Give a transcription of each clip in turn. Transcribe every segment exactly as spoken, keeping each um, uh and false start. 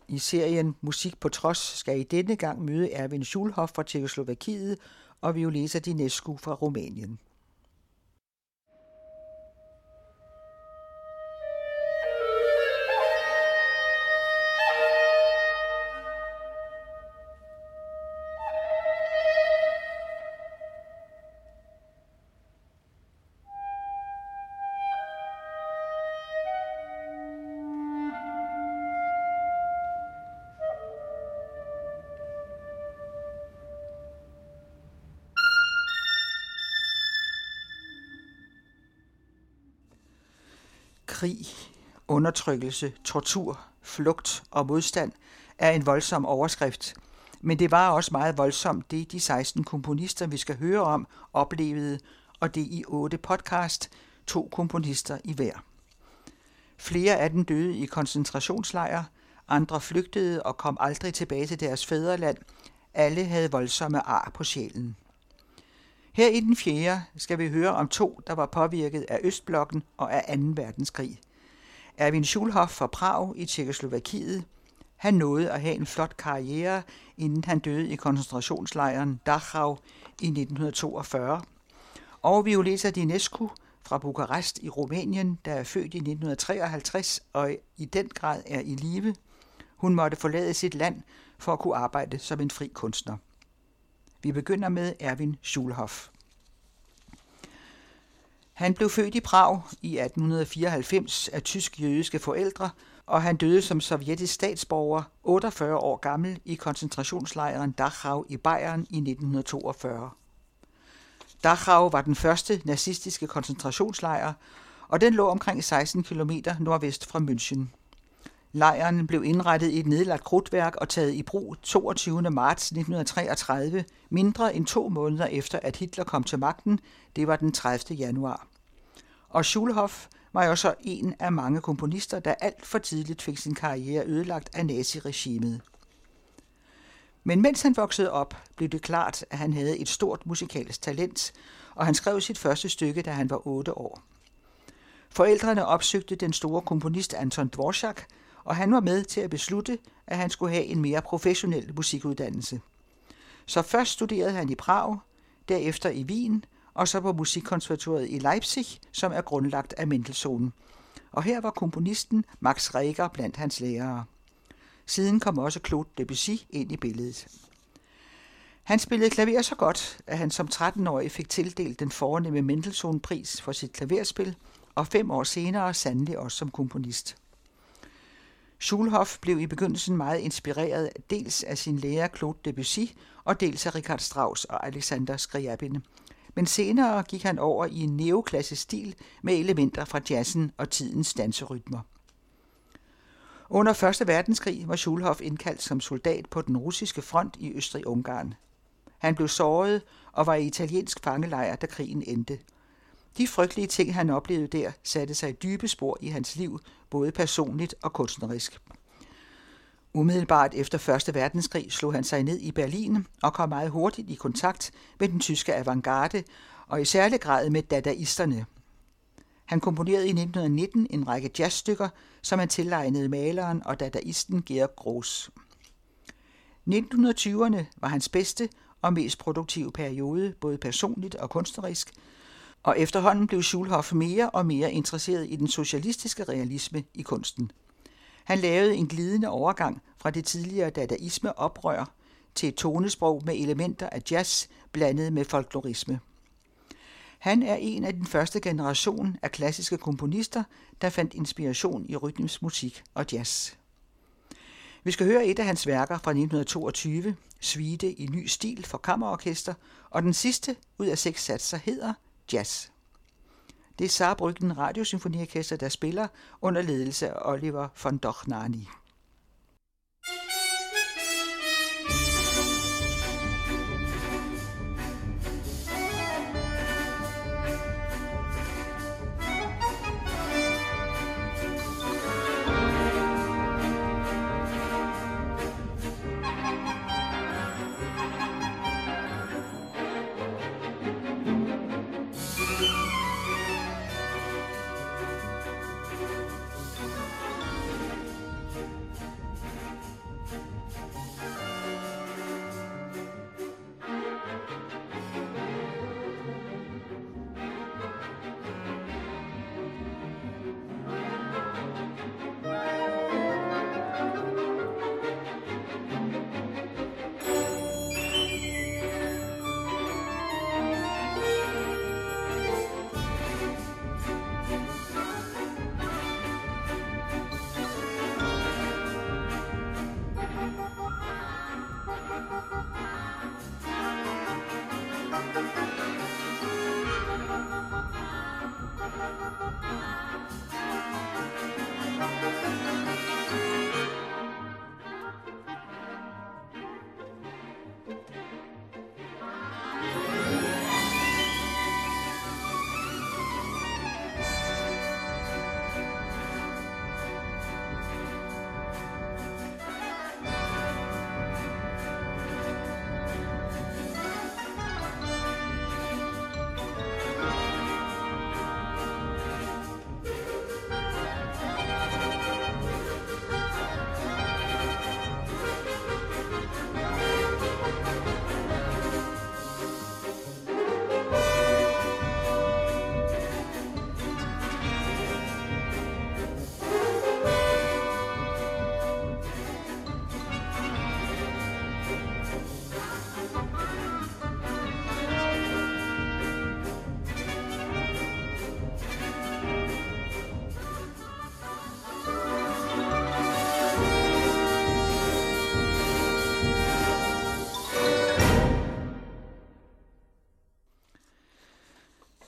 i serien Musik på trods skal I denne gang møde Erwin Schulhoff fra Tjekkoslovakiet og Violeta Dinescu fra Rumænien. Krig, undertrykkelse, tortur, flugt og modstand er en voldsom overskrift, men det var også meget voldsomt det, de seksten komponister, vi skal høre om, oplevede, og det i otte podcast, to komponister i hver. Flere af dem døde i koncentrationslejre, andre flygtede og kom aldrig tilbage til deres fædreland. Alle havde voldsomme ar på sjælen. Her i den fjerde skal vi høre om to, der var påvirket af Østblokken og af anden verdenskrig. Erwin Schulhoff fra Prag i Tjekkoslovakiet. Han nåede at have en flot karriere, inden han døde i koncentrationslejren Dachau i nitten toogfyrre. Og Violeta Dinescu fra Bukarest i Rumænien, der er født i nitten treoghalvtreds og i den grad er i live. Hun måtte forlade sit land for at kunne arbejde som en fri kunstner. Vi begynder med Erwin Schulhoff. Han blev født i Prag i atten fireoghalvfems af tysk-jødiske forældre, og han døde som sovjetisk statsborger otteogfyrre år gammel i koncentrationslejren Dachau i Bayern i nitten toogfyrre. Dachau var den første nazistiske koncentrationslejr, og den lå omkring seksten kilometer nordvest fra München. Lejren blev indrettet i et nedlagt krudtværk og taget i brug toogtyvende marts nitten treogtredive, mindre end to måneder efter, at Hitler kom til magten. Det var den tredivte januar. Og Schulhoff var jo så en af mange komponister, der alt for tidligt fik sin karriere ødelagt af naziregimet. Men mens han voksede op, blev det klart, at han havde et stort musikalsk talent, og han skrev sit første stykke, da han var otte år. Forældrene opsøgte den store komponist Anton Dvorak, og han var med til at beslutte, at han skulle have en mere professionel musikuddannelse. Så først studerede han i Prag, derefter i Wien, og så på Musikkonservatoriet i Leipzig, som er grundlagt af Mendelssohn. Og her var komponisten Max Reger blandt hans lærere. Siden kom også Claude Debussy ind i billedet. Han spillede klaver så godt, at han som tretten-årig fik tildelt den fornemme Mendelssohn-pris for sit klaverspil, og fem år senere sandelig også som komponist. Schulhoff blev i begyndelsen meget inspireret dels af sin lærer Claude Debussy og dels af Richard Strauss og Alexander Scriabin. Men senere gik han over i en neoklassisk stil med elementer fra jazzen og tidens danserytmer. Under første verdenskrig var Schulhoff indkaldt som soldat på den russiske front i Østrig-Ungarn. Han blev såret og var i italiensk fangelejr, da krigen endte. De frygtelige ting, han oplevede der, satte sig dybe spor i hans liv, både personligt og kunstnerisk. Umiddelbart efter første verdenskrig slog han sig ned i Berlin og kom meget hurtigt i kontakt med den tyske avantgarde, og i særlig grad med dadaisterne. Han komponerede i nitten nitten en række jazzstykker, som han tilegnede maleren og dadaisten Georg Gross. nitten tyverne var hans bedste og mest produktive periode, både personligt og kunstnerisk, og efterhånden blev Schulhoff mere og mere interesseret i den socialistiske realisme i kunsten. Han lavede en glidende overgang fra det tidligere dadaisme-oprør til et tonesprog med elementer af jazz blandet med folklorisme. Han er en af den første generation af klassiske komponister, der fandt inspiration i rytmisk musik og jazz. Vi skal høre et af hans værker fra nitten toogtyve, Suite i ny stil for kammerorkester, og den sidste ud af seks satser hedder Jazz. Det er Saarbrücken Radiosymfoniorkester, der spiller under ledelse af Oliver von Dochnani.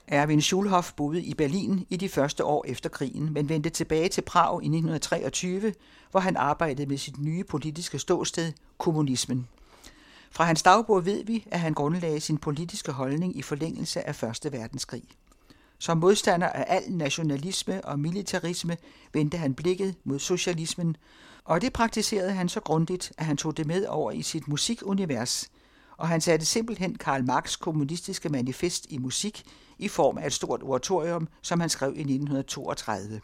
Erwin Schulhoff boede i Berlin i de første år efter krigen, men vendte tilbage til Prag i nitten treogtyve, hvor han arbejdede med sit nye politiske ståsted, kommunismen. Fra hans dagbog ved vi, at han grundlagde sin politiske holdning i forlængelse af første verdenskrig. Som modstander af al nationalisme og militarisme vendte han blikket mod socialismen, og det praktiserede han så grundigt, at han tog det med over i sit musikunivers, og han satte simpelthen Karl Marx' kommunistiske manifest i musik i form af et stort oratorium, som han skrev i nitten toogtredive.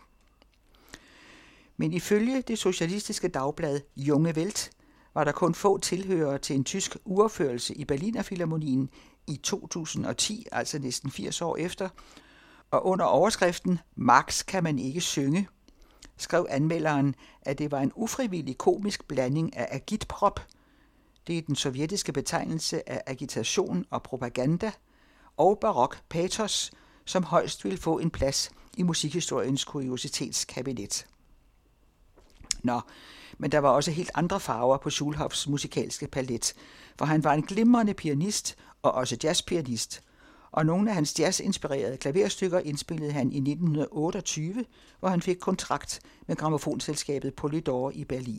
Men ifølge det socialistiske dagblad Junge Welt var der kun få tilhørere til en tysk uropførelse i Berlinerfilharmonien i to tusind og ti, altså næsten firs år efter, og under overskriften Marx kan man ikke synge, skrev anmelderen, at det var en ufrivillig komisk blanding af agitprop, det er den sovjetiske betegnelse af agitation og propaganda, og barok patos, som højst ville få en plads i musikhistoriens kuriositetskabinet. Nå, men der var også helt andre farver på Schulhoffs musikalske palet, for han var en glimrende pianist og også jazzpianist, og nogle af hans jazzinspirerede klaverstykker indspillede han i nitten otteogtyve, hvor han fik kontrakt med grammofonselskabet Polydor i Berlin.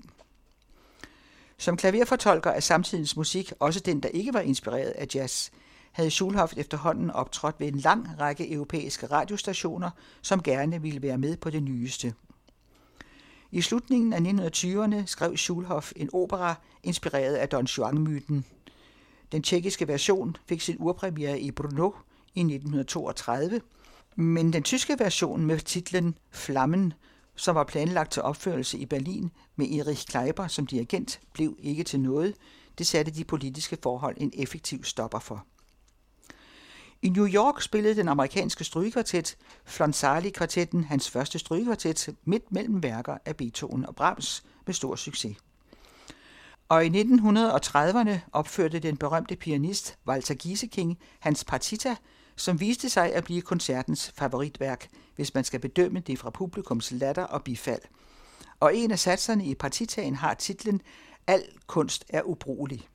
Som klaverfortolker af samtidens musik, også den, der ikke var inspireret af jazz, havde Schulhoff efterhånden optrådt ved en lang række europæiske radiostationer, som gerne ville være med på det nyeste. I slutningen af nitten tyverne skrev Schulhoff en opera inspireret af Don Juan-myten. Den tjekkiske version fik sin urpremiere i Brno i nitten toogtredive, men den tyske version med titlen Flammen, som var planlagt til opførelse i Berlin med Erich Kleiber som dirigent, blev ikke til noget. Det satte de politiske forhold en effektiv stopper for. I New York spillede den amerikanske strygekvartet Flonsali-kvartetten hans første strygekvartet midt mellem værker af Beethoven og Brahms med stor succes. Og i nitten trediverne opførte den berømte pianist Walter Gieseking hans Partita, som viste sig at blive koncertens favoritværk, hvis man skal bedømme det fra publikums latter og bifald. Og en af satserne i partitaen har titlen Al kunst er ubrugelig.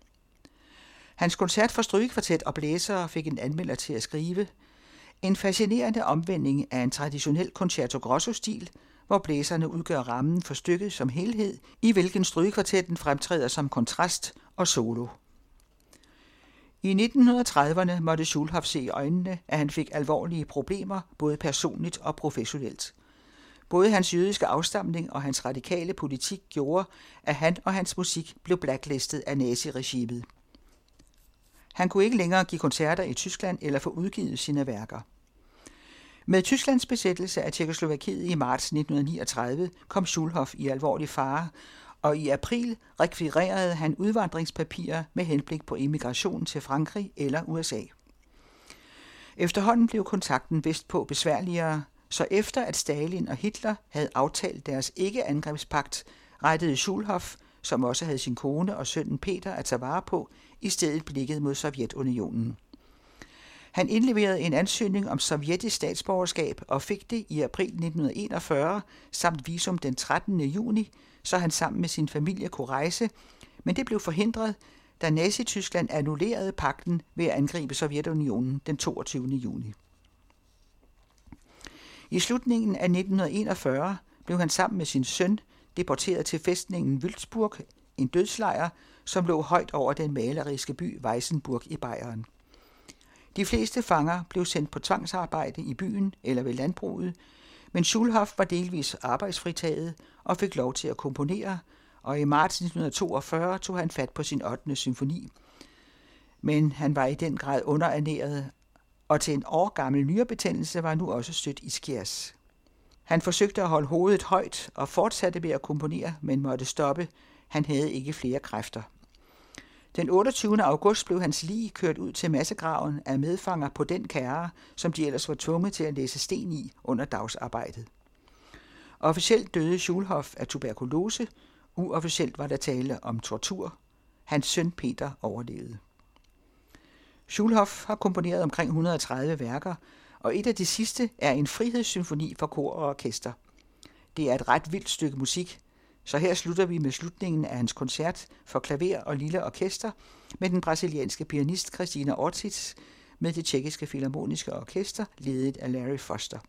Hans koncert for strygekvartet og blæsere fik en anmelder til at skrive: en fascinerende omvending af en traditionel concerto grosso-stil, hvor blæserne udgør rammen for stykket som helhed, i hvilken strygekvartetten fremtræder som kontrast og solo. I nitten trediverne måtte Schulhoff se i øjnene, at han fik alvorlige problemer, både personligt og professionelt. Både hans jødiske afstamning og hans radikale politik gjorde, at han og hans musik blev blacklistet af naziregimet. Han kunne ikke længere give koncerter i Tyskland eller få udgivet sine værker. Med Tysklands besættelse af Tjekkoslovakiet i marts nitten niogtredive kom Schulhoff i alvorlig fare, og i april rekvirerede han udvandringspapirer med henblik på emigration til Frankrig eller U S A. Efterhånden blev kontakten vestpå besværligere, så efter at Stalin og Hitler havde aftalt deres ikke-angrebspagt, rettede Schulhoff, som også havde sin kone og sønnen Peter at tage vare på, i stedet blikket mod Sovjetunionen. Han indleverede en ansøgning om sovjetisk statsborgerskab og fik det i april nitten enogfyrre samt visum den trettende juni, så han sammen med sin familie kunne rejse, men det blev forhindret, da Nazi-Tyskland annullerede pagten ved at angribe Sovjetunionen den toogtyvende juni. I slutningen af nitten enogfyrre blev han sammen med sin søn deporteret til fæstningen Wülzburg, en dødslejr, som lå højt over den maleriske by Weissenburg i Bayern. De fleste fanger blev sendt på tvangsarbejde i byen eller ved landbruget, men Schulhoff var delvis arbejdsfritaget og fik lov til at komponere, og i marts nitten toogfyrre tog han fat på sin ottende symfoni. Men han var i den grad underernæret, og til en årgammel nyrebetændelse var nu også stødt i skærs. Han forsøgte at holde hovedet højt og fortsatte med at komponere, men måtte stoppe. Han havde ikke flere kræfter. Den otteogtyvende august blev hans lig kørt ud til massegraven af medfanger på den kærre, som de ellers var tvunget til at læse sten i under dagsarbejdet. Officielt døde Schulhoff af tuberkulose, uofficielt var der tale om tortur. Hans søn Peter overlevede. Schulhoff har komponeret omkring et hundrede og tredive værker, og et af de sidste er en frihedssymfoni for kor og orkester. Det er et ret vildt stykke musik, så her slutter vi med slutningen af hans koncert for klaver og lille orkester med den brasilianske pianist Cristina Ortiz, med det tjekkiske filharmoniske orkester, ledet af Larry Foster.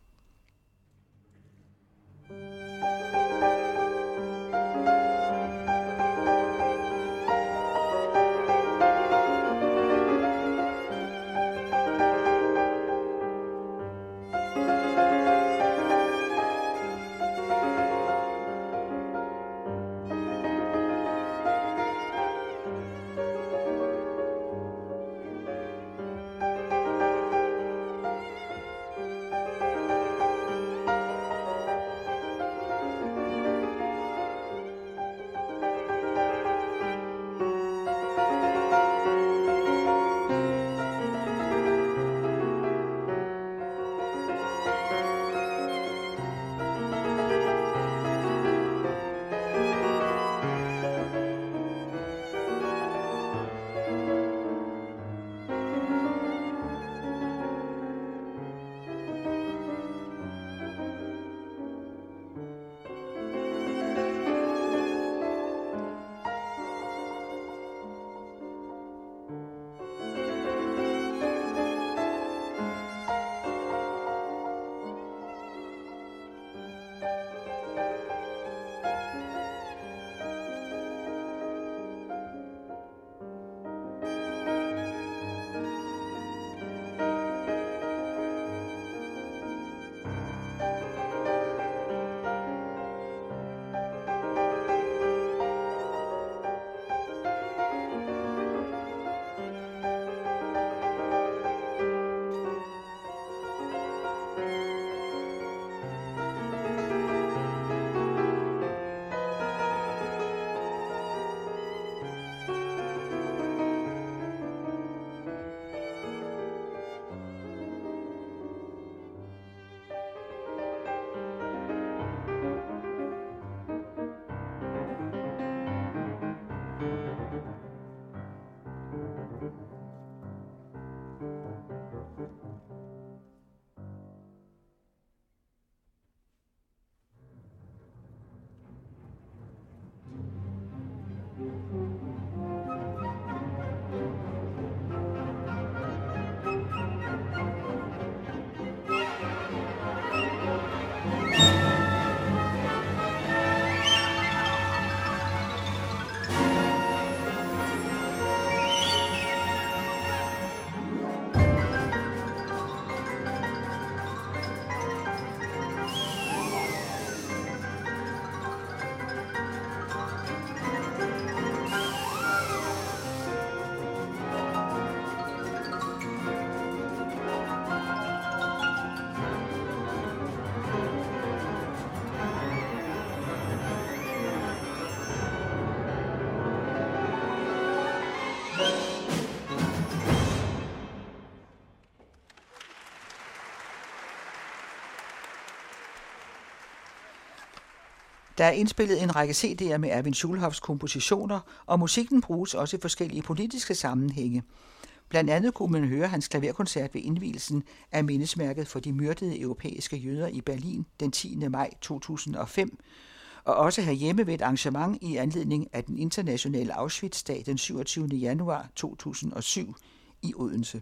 Der er indspillet en række C D'er med Erwin Schulhoffs kompositioner, og musikken bruges også i forskellige politiske sammenhænge. Blandt andet kunne man høre hans klaverkoncert ved indvielsen af mindesmærket for de myrdede europæiske jøder i Berlin den tiende maj to tusind og fem, og også herhjemme ved et arrangement i anledning af den internationale Auschwitz-dag den syvogtyvende januar to tusind og syv i Odense.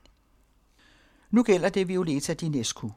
Nu gælder det Violetta Dinescu.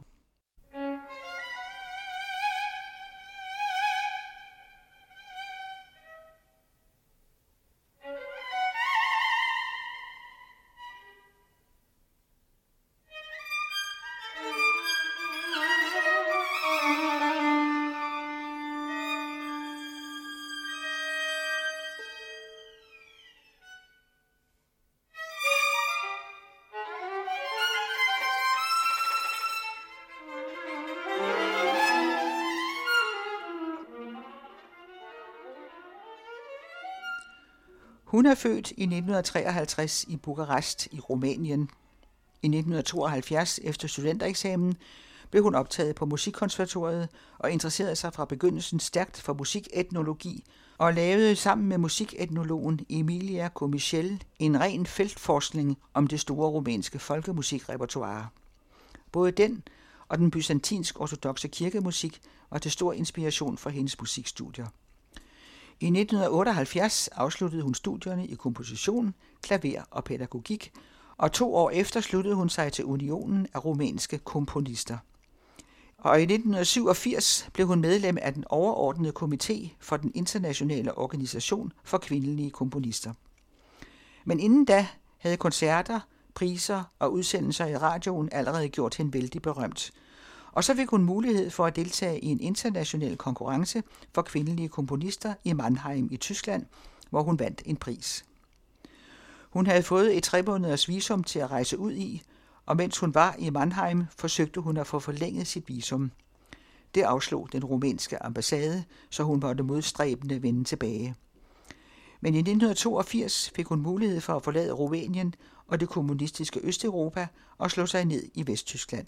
Hun er født i nitten treoghalvtreds i Bukarest i Rumænien. I nitten tooghalvfjerds, efter studentereksamen, blev hun optaget på Musikkonservatoriet og interesserede sig fra begyndelsen stærkt for musiketnologi og lavede sammen med musiketnologen Emilia Comichel en ren feltforskning om det store rumænske folkemusikrepertoire. Både den og den byzantinsk-ortodokse kirkemusik var til stor inspiration for hendes musikstudier. I nitten otteoghalvfjerds afsluttede hun studierne i komposition, klaver og pædagogik, og to år efter sluttede hun sig til Unionen af rumænske komponister. Og i nitten syvogfirs blev hun medlem af den overordnede komité for den internationale organisation for kvindelige komponister. Men inden da havde koncerter, priser og udsendelser i radioen allerede gjort hende vældig berømt. Og så fik hun mulighed for at deltage i en international konkurrence for kvindelige komponister i Mannheim i Tyskland, hvor hun vandt en pris. Hun havde fået et tre måneders visum til at rejse ud i, og mens hun var i Mannheim, forsøgte hun at få forlænget sit visum. Det afslog den rumænske ambassade, så hun måtte modstræbende vende tilbage. Men i nitten toogfirs fik hun mulighed for at forlade Rumænien og det kommunistiske Østeuropa og slå sig ned i Vesttyskland.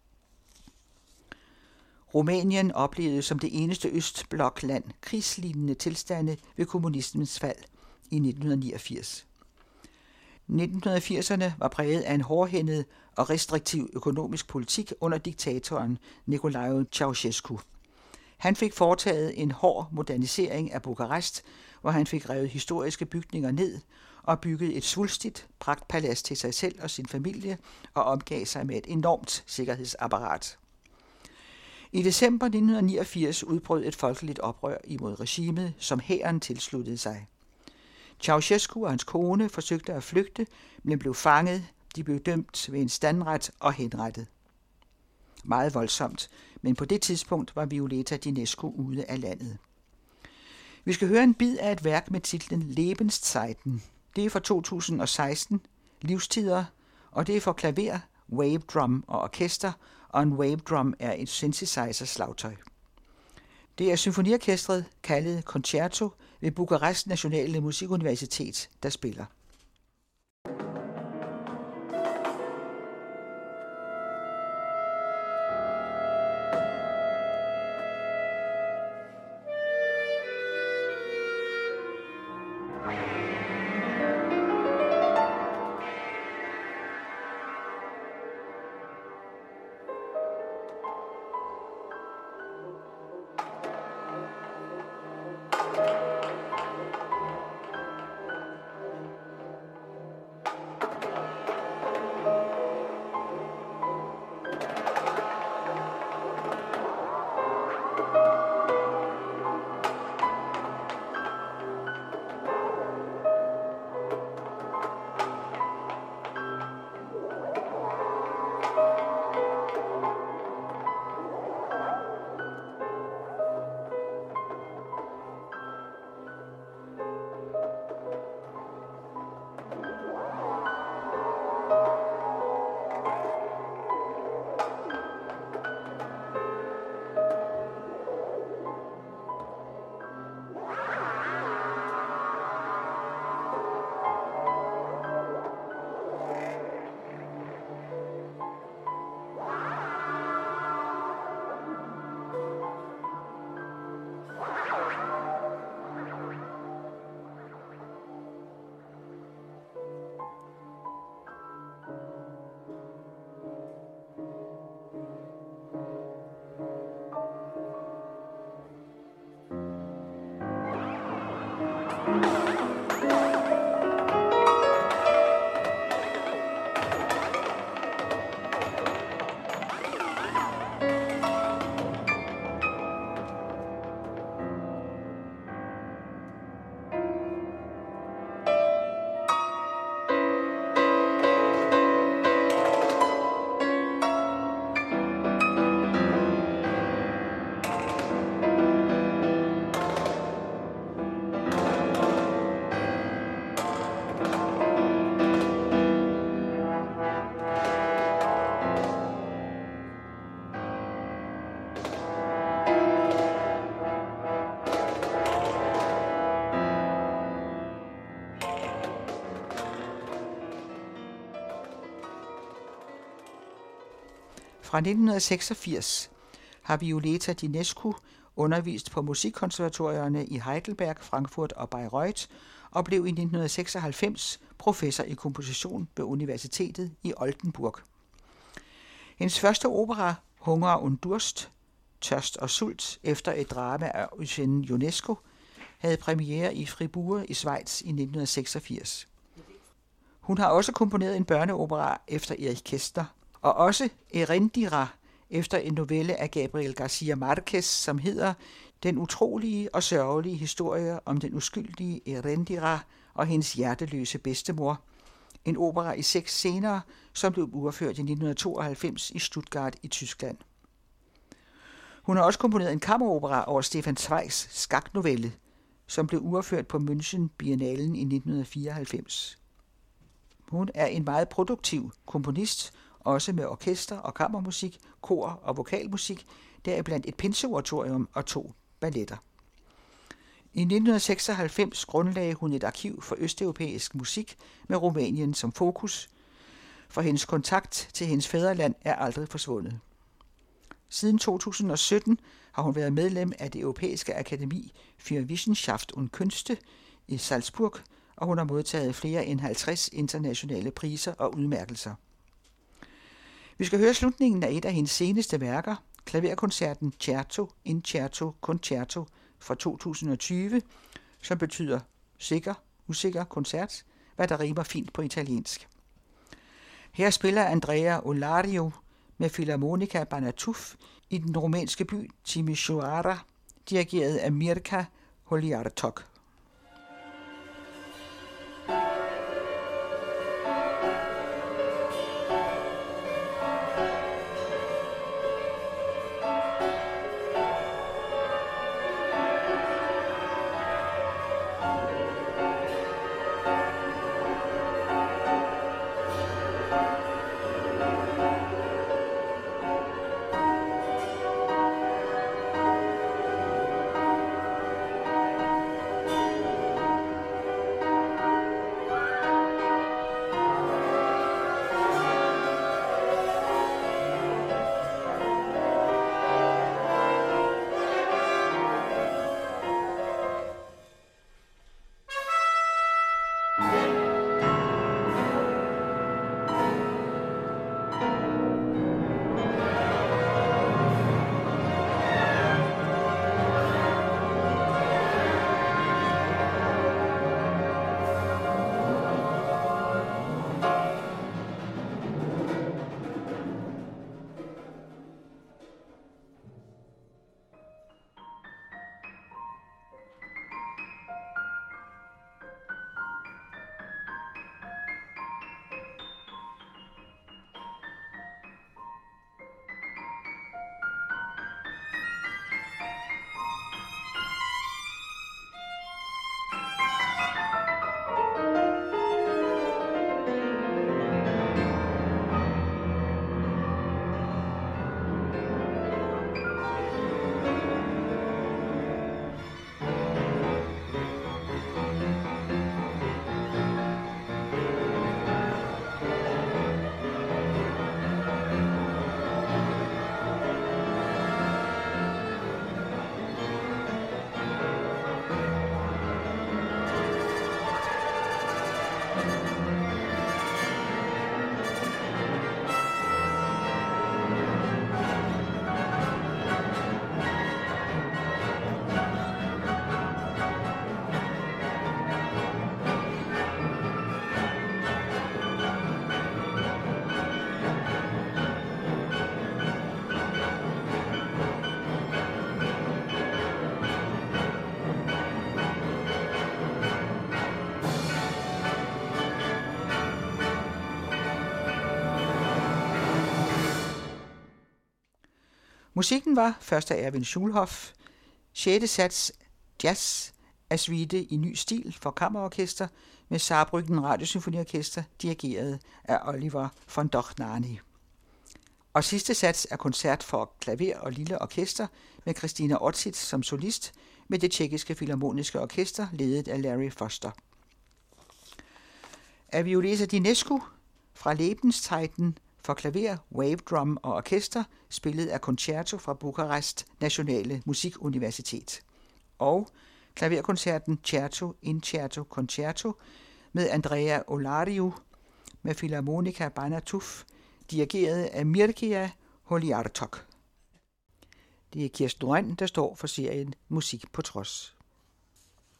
Rumænien oplevede som det eneste østblokland krigslignende tilstande ved kommunismens fald i nitten niogfirs. nitten firserne var præget af en hårdhændet og restriktiv økonomisk politik under diktatoren Nicolae Ceausescu. Han fik foretaget en hård modernisering af Bukarest, hvor han fik revet historiske bygninger ned og bygget et svulstigt pragtpalads til sig selv og sin familie og omgav sig med et enormt sikkerhedsapparat. I december nitten niogfirs udbrød et folkeligt oprør imod regimet, som hæren tilsluttede sig. Ceausescu og hans kone forsøgte at flygte, men blev fanget. De blev dømt ved en standret og henrettet. Meget voldsomt, men på det tidspunkt var Violeta Dinescu ude af landet. Vi skal høre en bid af et værk med titlen Lebenszeiten. Det er fra to tusind og seksten, Livstider, og det er for klaver, wave drum og orkester, og en wave drum er et synthesizer-slagtøj. Det er symfoniorkestret kaldet Concerto ved Bukarest Nationale Musikuniversitet, der spiller. Fra nitten seksogfirs har Violeta Dinescu undervist på musikkonservatorierne i Heidelberg, Frankfurt og Bayreuth og blev i nitten seksoghalvfems professor i komposition ved Universitetet i Oldenburg. Hendes første opera, Hunger und Durst, Tørst og sult, efter et drama af Eugène Ionesco, havde premiere i Fribourg i Schweiz i nitten seksogfirs. Hun har også komponeret en børneopera efter Erich Kästner, og også Erendira efter en novelle af Gabriel García Márquez, som hedder Den utrolige og sørgelige historie om den uskyldige Erendira og hendes hjerteløse bedstemor. En opera i seks scener, som blev udført i nitten tooghalvfems i Stuttgart i Tyskland. Hun har også komponeret en kammeropera over Stefan Zweigs skaknovelle, som blev udført på München Biennalen i nitten fireoghalvfems. Hun er en meget produktiv komponist, også med orkester og kammermusik, kor og vokalmusik, deriblandt et pinseoratorium og to balletter. I nitten seksoghalvfems grundlagde hun et arkiv for østeuropæisk musik med Rumænien som fokus, for hendes kontakt til hendes fædreland er aldrig forsvundet. Siden to tusind og sytten har hun været medlem af det europæiske akademi für Wissenschaft und Künste i Salzburg, og hun har modtaget flere end halvtreds internationale priser og udmærkelser. Vi skal høre slutningen af et af hendes seneste værker, klaverkoncerten Certo in Certo Concerto fra to tusind og tyve, som betyder sikker, usikker koncert, hvad der rimer fint på italiensk. Her spiller Andrea Olario med Filarmonica Banatuf i den rumænske by Timișoara, dirigeret af Mircea Holiartok. Musikken var først af Erwin Schulhoff, sjette sats jazz af suite i ny stil for kammerorkester med Saarbrücken Radiosymfoniorkester, dirigeret af Oliver von Dochnani. Og sidste sats er koncert for klaver og lille orkester med Christina Otzitz som solist med det tjekkiske filharmoniske orkester, ledet af Larry Foster. Af Violeta Dinescu fra Lebenszeiten for klaver, wave drum og orkester, spillet af Concerto fra Bukarest Nationale Musikuniversitet. Og klaverkoncerten Certo in Certo Concerto med Andrea Olario med Filarmonica Banatuf, dirigeret af Mircea Holiartok. Det er Kirsten Rønn, der står for serien Musik på trods.